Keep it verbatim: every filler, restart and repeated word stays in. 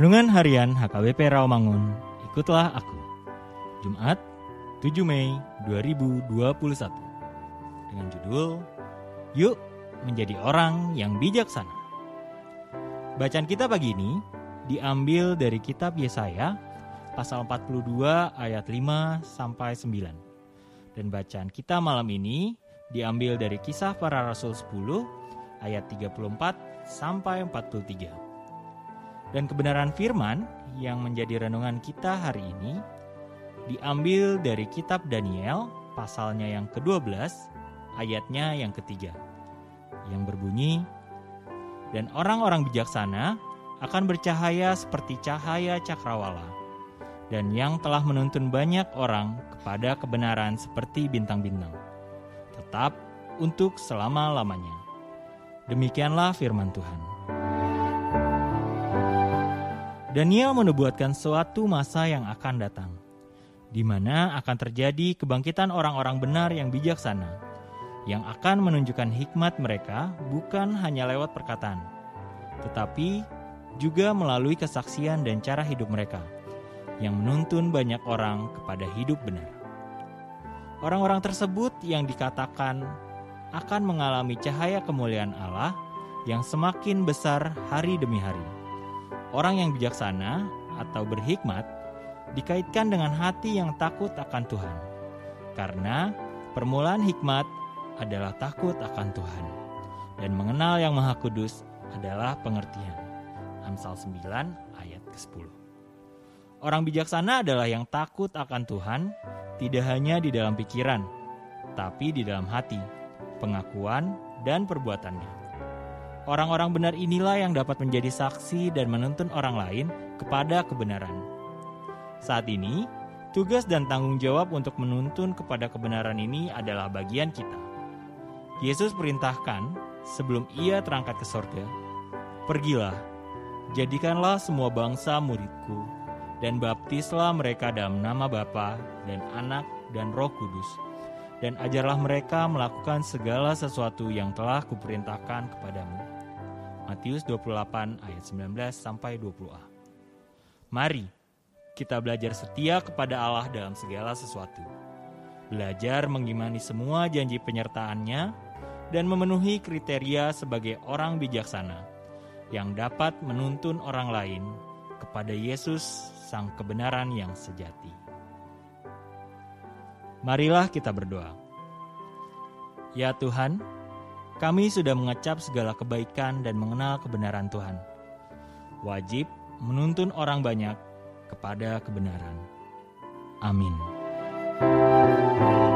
Renungan Harian H K B P Rawamangun, ikutlah aku. Jumat, tujuh Mei dua ribu dua puluh satu. Dengan judul, Yuk Menjadi Orang yang Bijaksana. Bacaan kita pagi ini diambil dari kitab Yesaya pasal empat puluh dua ayat lima sampai sembilan. Dan bacaan kita malam ini diambil dari Kisah Para Rasul sepuluh ayat tiga puluh empat sampai empat puluh tiga. Dan kebenaran firman yang menjadi renungan kita hari ini diambil dari kitab Daniel pasalnya yang kedua belas ayatnya yang ketiga, yang berbunyi, dan orang-orang bijaksana akan bercahaya seperti cahaya cakrawala, dan yang telah menuntun banyak orang kepada kebenaran seperti bintang-bintang, tetap untuk selama-lamanya. Demikianlah firman Tuhan. Daniel menubuatkan suatu masa yang akan datang, di mana akan terjadi kebangkitan orang-orang benar yang bijaksana, yang akan menunjukkan hikmat mereka bukan hanya lewat perkataan, tetapi juga melalui kesaksian dan cara hidup mereka, yang menuntun banyak orang kepada hidup benar. Orang-orang tersebut yang dikatakan akan mengalami cahaya kemuliaan Allah yang semakin besar hari demi hari. Orang yang bijaksana atau berhikmat dikaitkan dengan hati yang takut akan Tuhan, karena permulaan hikmat adalah takut akan Tuhan, dan mengenal yang Maha Kudus adalah pengertian. Amsal sembilan ayat kesepuluh. Orang bijaksana adalah yang takut akan Tuhan, tidak hanya di dalam pikiran, tapi di dalam hati, pengakuan, dan perbuatannya. Orang-orang benar inilah yang dapat menjadi saksi dan menuntun orang lain kepada kebenaran. Saat ini, tugas dan tanggung jawab untuk menuntun kepada kebenaran ini adalah bagian kita. Yesus perintahkan sebelum ia terangkat ke sorga, "Pergilah, jadikanlah semua bangsa muridku, dan baptislah mereka dalam nama Bapa dan Anak dan Roh Kudus, dan ajarlah mereka melakukan segala sesuatu yang telah kuperintahkan kepadamu." Matius dua puluh delapan ayat sembilan belas sampai dua puluh a. Mari kita belajar setia kepada Allah dalam segala sesuatu. Belajar mengimani semua janji penyertaannya dan memenuhi kriteria sebagai orang bijaksana yang dapat menuntun orang lain kepada Yesus, Sang kebenaran yang sejati. Marilah kita berdoa. Ya Tuhan, kami sudah mengecap segala kebaikan dan mengenal kebenaran Tuhan. Wajib menuntun orang banyak kepada kebenaran. Amin.